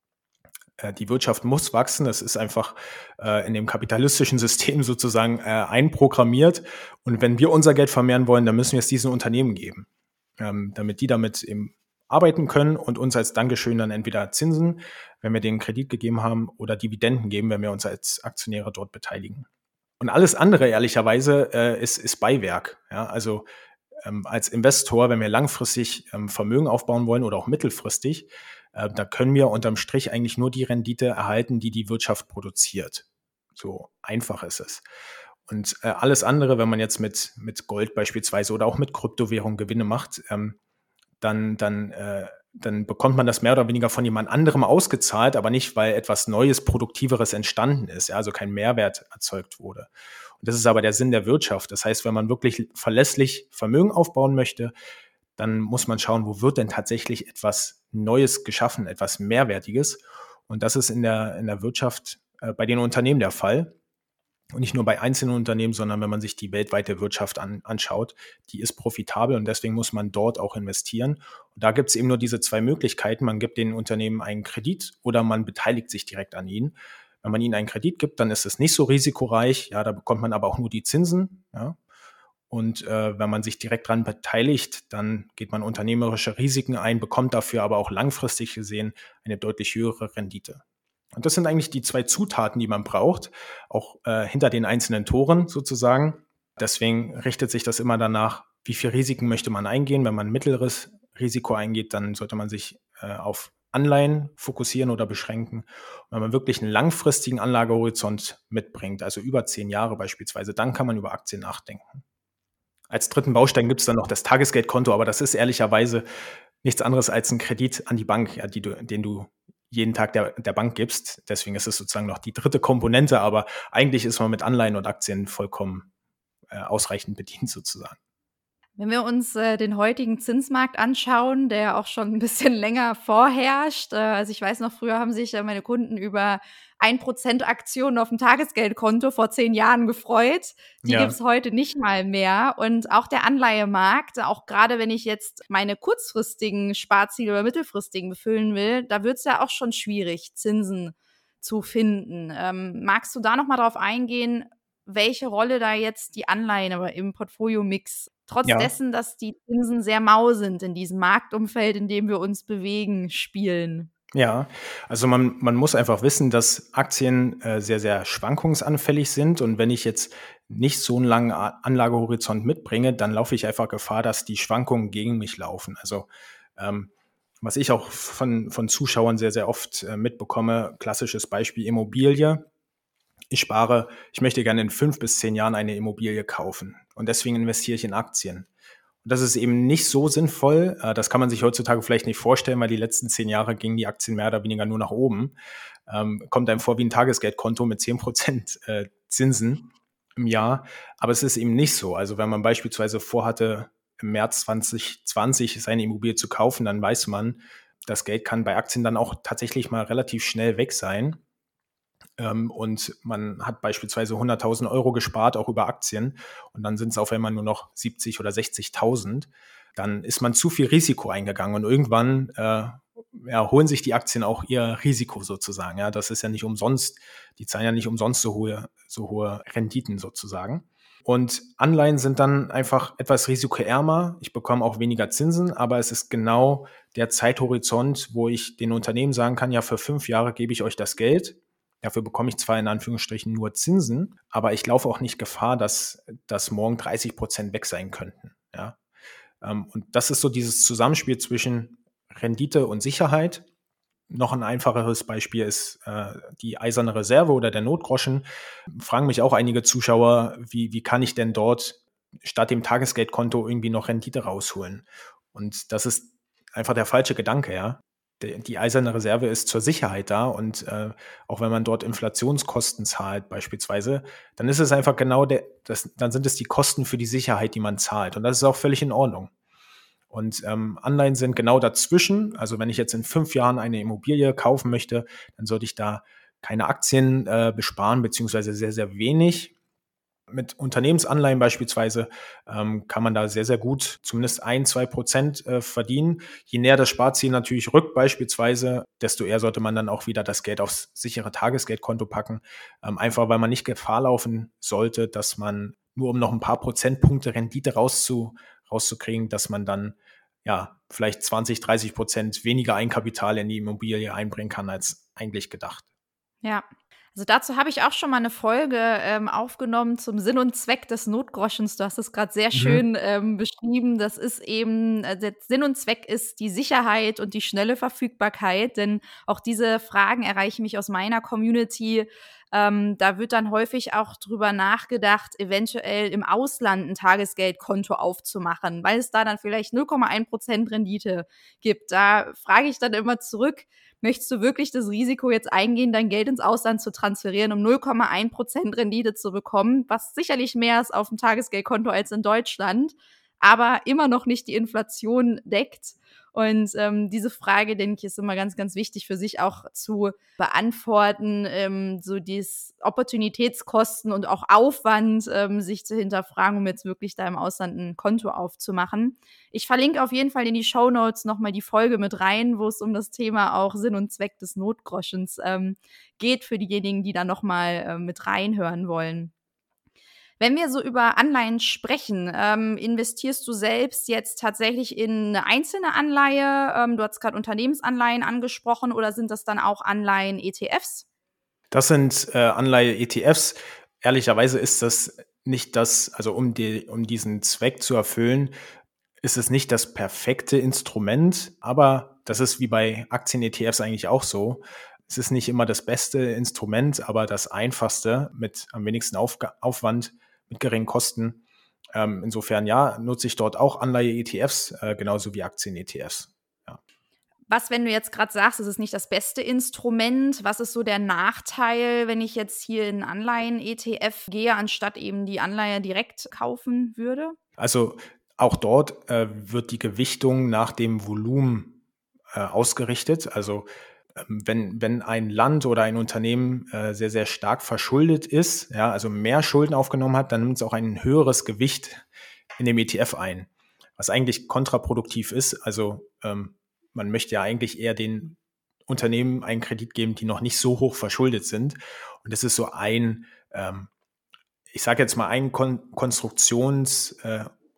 äh, die Wirtschaft muss wachsen. Das ist einfach äh, in dem kapitalistischen System sozusagen äh, einprogrammiert. Und wenn wir unser Geld vermehren wollen, dann müssen wir es diesen Unternehmen geben, ähm, damit die damit eben arbeiten können und uns als Dankeschön dann entweder Zinsen, wenn wir denen Kredit gegeben haben, oder Dividenden geben, wenn wir uns als Aktionäre dort beteiligen. Und alles andere, ehrlicherweise, äh, ist, ist Beiwerk. Ja? Also ähm, als Investor, wenn wir langfristig ähm, Vermögen aufbauen wollen oder auch mittelfristig, äh, da können wir unterm Strich eigentlich nur die Rendite erhalten, die die Wirtschaft produziert. So einfach ist es. Und äh, alles andere, wenn man jetzt mit, mit Gold beispielsweise oder auch mit Kryptowährung Gewinne macht, ähm, dann, dann, äh, dann bekommt man das mehr oder weniger von jemand anderem ausgezahlt, aber nicht, weil etwas Neues, Produktiveres entstanden ist, ja, also kein Mehrwert erzeugt wurde. Und das ist aber der Sinn der Wirtschaft. Das heißt, wenn man wirklich verlässlich Vermögen aufbauen möchte, dann muss man schauen, wo wird denn tatsächlich etwas Neues geschaffen, etwas Mehrwertiges. Und das ist in der, in der Wirtschaft äh, bei den Unternehmen der Fall. Und nicht nur bei einzelnen Unternehmen, sondern wenn man sich die weltweite Wirtschaft an, anschaut, die ist profitabel, und deswegen muss man dort auch investieren. Und da gibt es eben nur diese zwei Möglichkeiten. Man gibt den Unternehmen einen Kredit oder man beteiligt sich direkt an ihnen. Wenn man ihnen einen Kredit gibt, dann ist es nicht so risikoreich. Ja, da bekommt man aber auch nur die Zinsen. Ja. Und äh, wenn man sich direkt daran beteiligt, dann geht man unternehmerische Risiken ein, bekommt dafür aber auch langfristig gesehen eine deutlich höhere Rendite. Und das sind eigentlich die zwei Zutaten, die man braucht, auch äh, hinter den einzelnen Toren sozusagen. Deswegen richtet sich das immer danach, wie viel Risiken möchte man eingehen. Wenn man ein mittleres Risiko eingeht, dann sollte man sich äh, auf Anleihen fokussieren oder beschränken. Und wenn man wirklich einen langfristigen Anlagehorizont mitbringt, also über zehn Jahre beispielsweise, dann kann man über Aktien nachdenken. Als dritten Baustein gibt es dann noch das Tagesgeldkonto, aber das ist ehrlicherweise nichts anderes als ein Kredit an die Bank, ja, die du, den du jeden Tag der, der Bank gibst. Deswegen ist es sozusagen noch die dritte Komponente, aber eigentlich ist man mit Anleihen und Aktien vollkommen äh, ausreichend bedient sozusagen. Wenn wir uns äh, den heutigen Zinsmarkt anschauen, der auch schon ein bisschen länger vorherrscht, äh, also ich weiß noch, früher haben sich äh, meine Kunden über ein Prozent Aktionen auf dem Tagesgeldkonto vor zehn Jahren gefreut. Die Ja, gibt's heute nicht mal mehr. Und auch der Anleihemarkt, auch gerade wenn ich jetzt meine kurzfristigen Sparziele oder mittelfristigen befüllen will, da wird's ja auch schon schwierig, Zinsen zu finden. Ähm, magst du da noch mal drauf eingehen, welche Rolle da jetzt die Anleihen aber im Portfolio-Mix trotz Ja. dessen, dass die Zinsen sehr mau sind in diesem Marktumfeld, in dem wir uns bewegen, spielen? Ja, also man man muss einfach wissen, dass Aktien, äh, sehr, sehr schwankungsanfällig sind und wenn ich jetzt nicht so 'n langen A Anlagehorizont mitbringe, dann laufe ich einfach Gefahr, dass die Schwankungen gegen mich laufen. Also, ähm, was ich auch von von Zuschauern sehr, sehr oft, äh, mitbekomme, klassisches Beispiel Immobilie. Ich spare ich möchte gerne in fünf bis zehn Jahren eine Immobilie kaufen und deswegen investiere ich in Aktien. Und das ist eben nicht so sinnvoll. Äh, das kann man sich heutzutage vielleicht nicht vorstellen, weil die letzten zehn Jahre gingen die Aktien mehr oder weniger nur nach oben. Ähm, kommt einem vor wie ein Tagesgeldkonto mit zehn Prozent äh, Zinsen im Jahr. Aber es ist eben nicht so. Also wenn man beispielsweise vorhatte, im März zwanzig zwanzig seine Immobilie zu kaufen, dann weiß man, das Geld kann bei Aktien dann auch tatsächlich mal relativ schnell weg sein. Ähm, und man hat beispielsweise hunderttausend Euro gespart, auch über Aktien. Und dann sind es auf einmal nur noch siebzig oder sechzigtausend. Dann ist man zu viel Risiko eingegangen und irgendwann äh, ja, holen sich die Aktien auch ihr Risiko sozusagen. Ja, das ist ja nicht umsonst. Die zahlen ja nicht umsonst so hohe, so hohe Renditen sozusagen. Und Anleihen sind dann einfach etwas risikoärmer. Ich bekomme auch weniger Zinsen, aber es ist genau der Zeithorizont, wo ich den Unternehmen sagen kann, ja, für fünf Jahre gebe ich euch das Geld. Dafür bekomme ich zwar in Anführungsstrichen nur Zinsen, aber ich laufe auch nicht Gefahr, dass, dass morgen dreißig Prozent weg sein könnten. Ja? Ähm, und das ist so dieses Zusammenspiel zwischen Rendite und Sicherheit. Noch ein einfacheres Beispiel ist äh, die eiserne Reserve oder der Notgroschen. Fragen mich auch einige Zuschauer, wie, wie kann ich denn dort statt dem Tagesgeldkonto irgendwie noch Rendite rausholen? Und das ist einfach der falsche Gedanke, ja. Die, die eiserne Reserve ist zur Sicherheit da und äh, auch wenn man dort Inflationskosten zahlt beispielsweise, dann ist es einfach genau der, das, dann sind es die Kosten für die Sicherheit, die man zahlt. Und das ist auch völlig in Ordnung. Und ähm, Anleihen sind genau dazwischen. Also wenn ich jetzt in fünf Jahren eine Immobilie kaufen möchte, dann sollte ich da keine Aktien äh, besparen, beziehungsweise sehr, sehr wenig. Mit Unternehmensanleihen beispielsweise ähm, kann man da sehr, sehr gut zumindest ein, zwei Prozent äh, verdienen. Je näher das Sparziel natürlich rückt beispielsweise, desto eher sollte man dann auch wieder das Geld aufs sichere Tagesgeldkonto packen. Ähm, einfach weil man nicht Gefahr laufen sollte, dass man nur um noch ein paar Prozentpunkte Rendite rauszu, rauszukriegen, dass man dann ja vielleicht zwanzig, dreißig Prozent weniger Eigenkapital in die Immobilie einbringen kann als eigentlich gedacht. Ja. Also dazu habe ich auch schon mal eine Folge, ähm, aufgenommen zum Sinn und Zweck des Notgroschens. Du hast es gerade sehr Mhm. schön, ähm, beschrieben. Das ist eben äh, der Sinn und Zweck ist die Sicherheit und die schnelle Verfügbarkeit, denn auch diese Fragen erreichen mich aus meiner Community. Ähm, da wird dann häufig auch drüber nachgedacht, eventuell im Ausland ein Tagesgeldkonto aufzumachen, weil es da dann vielleicht null Komma eins Prozent Rendite gibt. Da frage ich dann immer zurück: Möchtest du wirklich das Risiko jetzt eingehen, dein Geld ins Ausland zu transferieren, um null Komma eins Prozent Rendite zu bekommen, was sicherlich mehr ist auf dem Tagesgeldkonto als in Deutschland, aber immer noch nicht die Inflation deckt? Und ähm, diese Frage, denke ich, ist immer ganz, ganz wichtig für sich auch zu beantworten, ähm, so dieses Opportunitätskosten und auch Aufwand, ähm, sich zu hinterfragen, um jetzt wirklich da im Ausland ein Konto aufzumachen. Ich verlinke auf jeden Fall in die Shownotes noch mal die Folge mit rein, wo es um das Thema auch Sinn und Zweck des Notgroschens ähm, geht, für diejenigen, die da noch mal äh, mit reinhören wollen. Wenn wir so über Anleihen sprechen, ähm, investierst du selbst jetzt tatsächlich in eine einzelne Anleihe? Ähm, du hast gerade Unternehmensanleihen angesprochen oder sind das dann auch Anleihen-E T Fs? Das sind äh, Anleihe-E T Fs. Ehrlicherweise ist das nicht das, also um, die, um diesen Zweck zu erfüllen, ist es nicht das perfekte Instrument, aber das ist wie bei Aktien-E T Fs eigentlich auch so. Es ist nicht immer das beste Instrument, aber das einfachste mit am wenigsten Aufga Aufwand, mit geringen Kosten. Ähm, insofern ja, nutze ich dort auch Anleihe-E T Fs, äh, genauso wie Aktien-E T Fs. Ja. Was, wenn du jetzt gerade sagst, es ist nicht das beste Instrument, was ist so der Nachteil, wenn ich jetzt hier in Anleihen-E T F gehe, anstatt eben die Anleihe direkt kaufen würde? Also auch dort äh, wird die Gewichtung nach dem Volumen äh, ausgerichtet. Also ähm, wenn, wenn ein Land oder ein Unternehmen äh, sehr, sehr stark verschuldet ist, ja, also mehr Schulden aufgenommen hat, dann nimmt es auch ein höheres Gewicht in dem E T F ein, was eigentlich kontraproduktiv ist. Also ähm, man möchte ja eigentlich eher den Unternehmen einen Kredit geben, die noch nicht so hoch verschuldet sind. Und das ist so ein, ähm, ich sage jetzt mal, ein Kon Konstruktions- äh,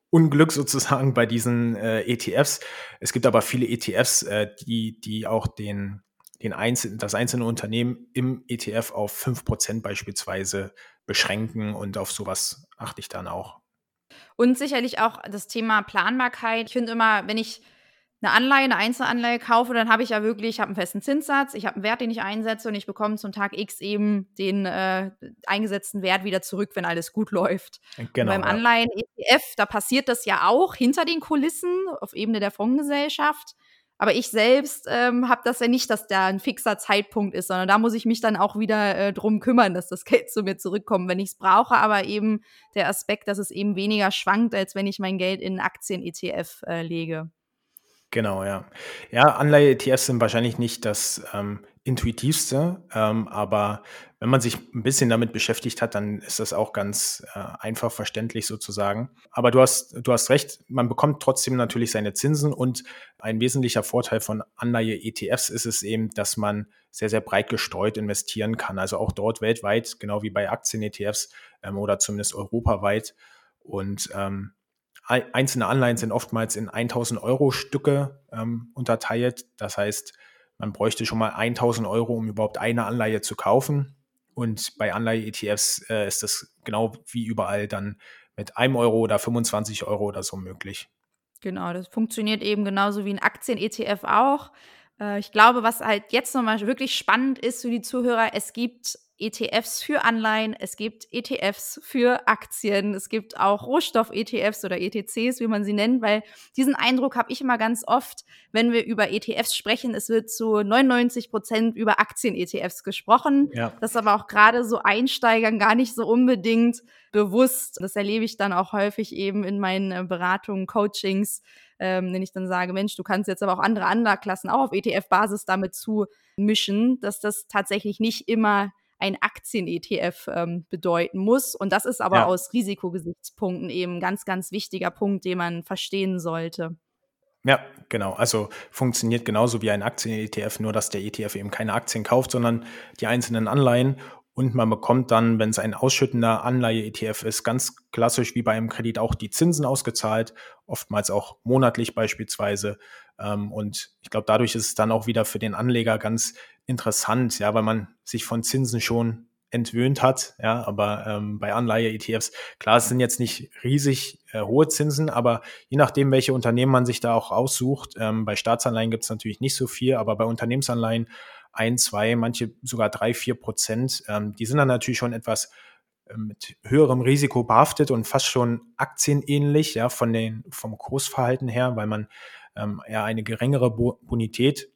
Unglück sozusagen bei diesen äh, E T Fs. Es gibt aber viele E T Fs, äh, die, die auch den, den einzelnen, das einzelne Unternehmen im E T F auf fünf Prozent beispielsweise beschränken und auf sowas achte ich dann auch. Und sicherlich auch das Thema Planbarkeit. Ich finde immer, wenn ich eine Anleihe, eine Einzelanleihe kaufe, dann habe ich ja wirklich ich habe einen festen Zinssatz, ich habe einen Wert, den ich einsetze und ich bekomme zum Tag X eben den, äh, eingesetzten Wert wieder zurück, wenn alles gut läuft. Und beim Genau, ja. Anleihen-E T F, da passiert das ja auch hinter den Kulissen auf Ebene der Fondsgesellschaft. Aber ich selbst, ähm, habe das ja nicht, dass da ein fixer Zeitpunkt ist, sondern da muss ich mich dann auch wieder, äh, drum kümmern, dass das Geld zu mir zurückkommt, wenn ich's brauche. Aber eben der Aspekt, dass es eben weniger schwankt, als wenn ich mein Geld in 'n Aktien-E T F, äh, lege. Genau, ja. Ja, Anleihe-E T Fs sind wahrscheinlich nicht das ähm, intuitivste, ähm, aber wenn man sich ein bisschen damit beschäftigt hat, dann ist das auch ganz äh, einfach verständlich sozusagen. Aber du hast, du hast recht, man bekommt trotzdem natürlich seine Zinsen und ein wesentlicher Vorteil von Anleihe-E T Fs ist es eben, dass man sehr, sehr breit gestreut investieren kann. Also auch dort weltweit, genau wie bei Aktien-E T Fs ähm, oder zumindest europaweit. Und ähm, ei- einzelne Anleihen sind oftmals in tausend Euro Stücke ähm, unterteilt. Das heißt, man bräuchte schon mal tausend Euro, um überhaupt eine Anleihe zu kaufen. Und bei Anleihe-E T Fs äh, ist das genau wie überall dann mit einem Euro oder fünfundzwanzig Euro oder so möglich. Genau, das funktioniert eben genauso wie 'n Aktien-E T F auch. Äh, ich glaube, was halt jetzt noch mal wirklich spannend ist für die Zuhörer, es gibt E T Fs für Anleihen, es gibt E T Fs für Aktien, es gibt auch Rohstoff-E T Fs oder E T Cs, wie man sie nennt, weil diesen Eindruck habe ich immer ganz oft, wenn wir über E T Fs sprechen, es wird zu neunundneunzig Prozent über Aktien-E T Fs gesprochen. Ja. Das ist aber auch grade so Einsteigern gar nicht so unbedingt bewusst. Das erlebe ich dann auch häufig eben in meinen, äh, Beratungen, Coachings, ähm, wenn ich dann sage: „Mensch, du kannst jetzt aber auch andere Anlageklassen auch auf E T F-Basis damit zumischen“, dass das tatsächlich nicht immer ein Aktien-E T F, ähm, bedeuten muss. Und das ist aber Ja. aus Risikogesichtspunkten eben 'n ganz, ganz wichtiger Punkt, den man verstehen sollte. Ja, genau. Also funktioniert genauso wie ein Aktien-E T F, nur dass der E T F eben keine Aktien kauft, sondern die einzelnen Anleihen. Und man bekommt dann, wenn es ein ausschüttender Anleihe-E T F ist, ganz klassisch wie bei einem Kredit auch die Zinsen ausgezahlt, oftmals auch monatlich beispielsweise. Ähm, Und ich glaube, dadurch ist es dann auch wieder für den Anleger ganz interessant, ja, weil man sich von Zinsen schon entwöhnt hat. Ja, aber ähm, bei Anleihe-E T Fs, klar, es sind jetzt nicht riesig äh, hohe Zinsen, aber je nachdem, welche Unternehmen man sich da auch aussucht. Ähm, bei Staatsanleihen gibt es natürlich nicht so viel, aber bei Unternehmensanleihen ein, zwei, manche sogar drei, vier Prozent. Ähm, die sind dann natürlich schon etwas äh, mit höherem Risiko behaftet und fast schon aktienähnlich, ja, von den, vom Kursverhalten her, weil man ähm, eher eine geringere Bo Bonität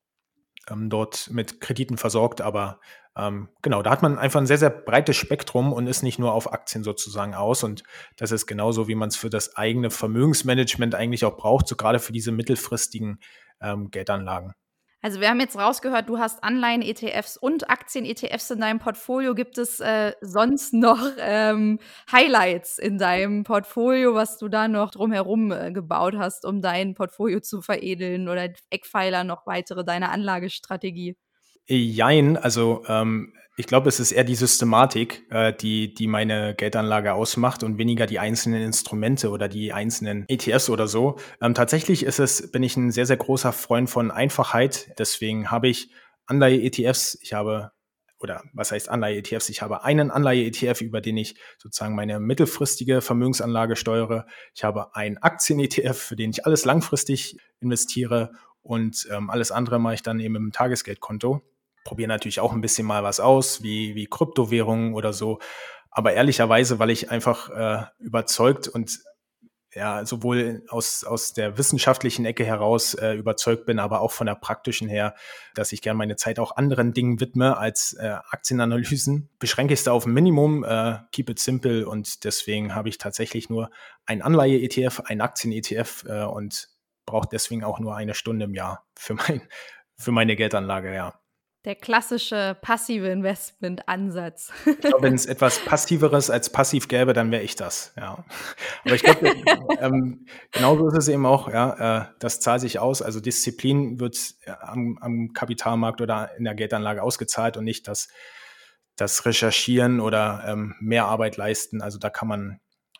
ähm, dort mit Krediten versorgt. Aber ähm, genau, da hat man einfach ein sehr, sehr breites Spektrum und ist nicht nur auf Aktien sozusagen aus. Und das ist genauso, wie man es für das eigene Vermögensmanagement eigentlich auch braucht, so gerade für diese mittelfristigen ähm, Geldanlagen. Also, wir haben jetzt rausgehört, du hast Anleihen-E T Fs und Aktien-E T Fs in deinem Portfolio. Gibt es, äh, sonst noch, ähm, Highlights in deinem Portfolio, was du da noch drumherum, äh, gebaut hast, um dein Portfolio zu veredeln oder Eckpfeiler noch weitere deiner Anlagestrategie? Jein, also ähm, ich glaube, es ist eher die Systematik, äh, die, die meine Geldanlage ausmacht und weniger die einzelnen Instrumente oder die einzelnen E T Fs oder so. Ähm, tatsächlich ist es, bin ich ein sehr, sehr großer Freund von Einfachheit. Deswegen habe ich Anleihe-E T Fs. Ich habe, oder was heißt Anleihe-E T Fs? Ich habe einen Anleihe-E T F, über den ich sozusagen meine mittelfristige Vermögensanlage steuere. Ich habe einen Aktien-E T F, für den ich alles langfristig investiere und ähm, alles andere mache ich dann eben im Tagesgeldkonto. Probiere natürlich auch ein bisschen mal was aus, wie wie Kryptowährungen oder so. Aber ehrlicherweise, weil ich einfach äh, überzeugt und ja, sowohl aus aus der wissenschaftlichen Ecke heraus äh, überzeugt bin, aber auch von der praktischen her, dass ich gerne meine Zeit auch anderen Dingen widme als äh, Aktienanalysen, beschränke ich es da auf ein Minimum, äh, keep it simple und deswegen habe ich tatsächlich nur ein Anleihe-E T F, ein Aktien-E T F äh, und brauche deswegen auch nur eine Stunde im Jahr für mein für meine Geldanlage, ja. Der klassische passive Investment-Ansatz. Ich glaube, wenn es etwas Passiveres als passiv gäbe, dann wäre ich das, ja. Aber ich glaube, ähm, genauso ist es eben auch, ja, äh, das zahlt sich aus. Also Disziplin wird äh, am, am Kapitalmarkt oder in der Geldanlage ausgezahlt und nicht das, das Recherchieren oder ähm, mehr Arbeit leisten. Also da kann man,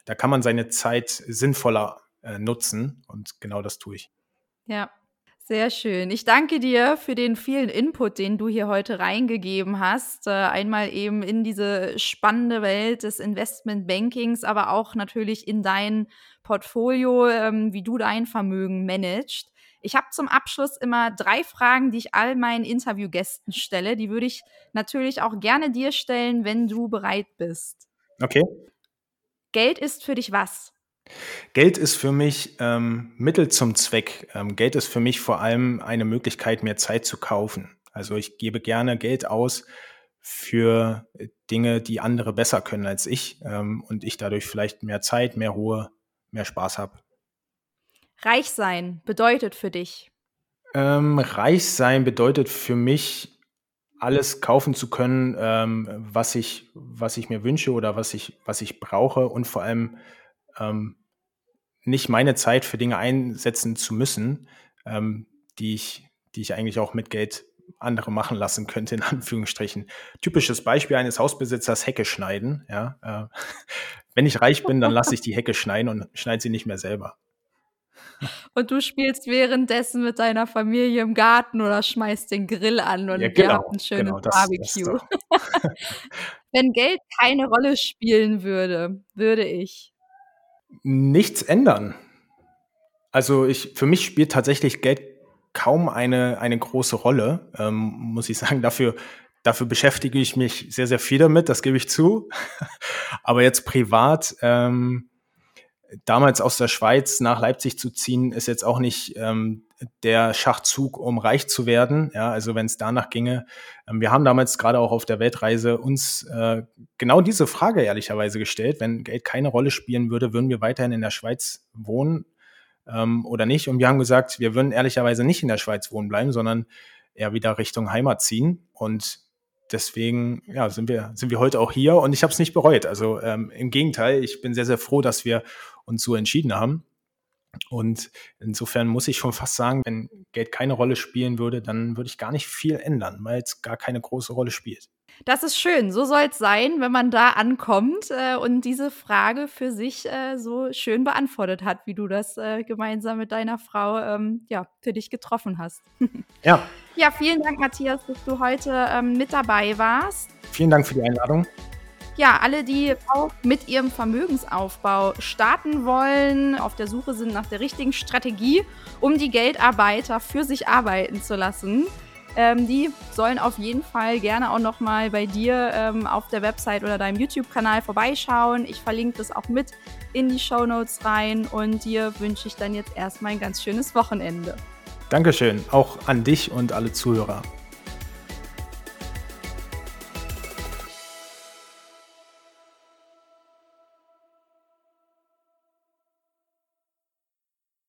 da kann man seine Zeit sinnvoller äh, nutzen und genau das tue ich. Ja, sehr schön. Ich danke dir für den vielen Input, den du hier heute reingegeben hast. Äh, einmal eben in diese spannende Welt des Investmentbankings, aber auch natürlich in dein Portfolio, ähm, wie du dein Vermögen managst. Ich habe zum Abschluss immer drei Fragen, die ich all meinen Interviewgästen stelle. Die würde ich natürlich auch gerne dir stellen, wenn du bereit bist. Okay. Geld ist für dich was? Geld ist für mich ähm, Mittel zum Zweck. Ähm, Geld ist für mich vor allem eine Möglichkeit, mir Zeit zu kaufen. Also ich gebe gerne Geld aus für Dinge, die andere besser können als ich ähm, und ich dadurch vielleicht mehr Zeit, mehr Ruhe, mehr Spaß habe. Reich sein bedeutet für dich? Ähm, reich sein bedeutet für mich, alles kaufen zu können, ähm, was ich, was ich mir wünsche oder was ich, was ich brauche und vor allem ähm, nicht meine Zeit für Dinge einsetzen zu müssen, ähm, die ich, die ich eigentlich auch mit Geld andere machen lassen könnte, in Anführungsstrichen. Typisches Beispiel eines Hausbesitzers: Hecke schneiden. Ja, äh, wenn ich reich bin, dann lasse ich die Hecke schneiden und schneide sie nicht mehr selber. Und du spielst währenddessen mit deiner Familie im Garten oder schmeißt den Grill an und Ja, ihr habt genau, ein schönes genau, das, das ist Barbecue. doch. Wenn Geld keine Rolle spielen würde, würde ich Nichts ändern. Also ich, für mich spielt tatsächlich Geld kaum eine, eine große Rolle, ähm, muss ich sagen. Dafür, dafür beschäftige ich mich sehr, sehr viel damit, das gebe ich zu. Aber jetzt privat, ähm, damals aus der Schweiz nach Leipzig zu ziehen, ist jetzt auch nicht ähm, der Schachzug, um reich zu werden. Ja, also wenn es danach ginge. Ähm, wir haben damals gerade auch auf der Weltreise uns äh, genau diese Frage ehrlicherweise gestellt. Wenn Geld keine Rolle spielen würde, würden wir weiterhin in der Schweiz wohnen ähm, oder nicht? Und wir haben gesagt, wir würden ehrlicherweise nicht in der Schweiz wohnen bleiben, sondern eher wieder Richtung Heimat ziehen. Und deswegen ja, sind wir, sind wir heute auch hier und ich habe es nicht bereut. Also ähm, im Gegenteil, ich bin sehr, sehr froh, dass wir uns so entschieden haben. Und insofern muss ich schon fast sagen, wenn Geld keine Rolle spielen würde, dann würde ich gar nicht viel ändern, weil es gar keine große Rolle spielt. Das ist schön. So soll es sein, wenn man da ankommt äh, und diese Frage für sich äh, so schön beantwortet hat, wie du das äh, gemeinsam mit deiner Frau ähm, ja, für dich getroffen hast. Ja. Ja, vielen Dank, Matthias, dass du heute ähm, mit dabei warst. Vielen Dank für die Einladung. Ja, alle, die auch mit ihrem Vermögensaufbau starten wollen, auf der Suche sind nach der richtigen Strategie, um die Geldarbeiter für sich arbeiten zu lassen, ähm, die sollen auf jeden Fall gerne auch noch mal bei dir ähm, auf der Website oder deinem YouTube-Kanal vorbeischauen. Ich verlinke das auch mit in die Shownotes rein und dir wünsche ich dann jetzt erstmal ein ganz schönes Wochenende. Dankeschön, auch an dich und alle Zuhörer.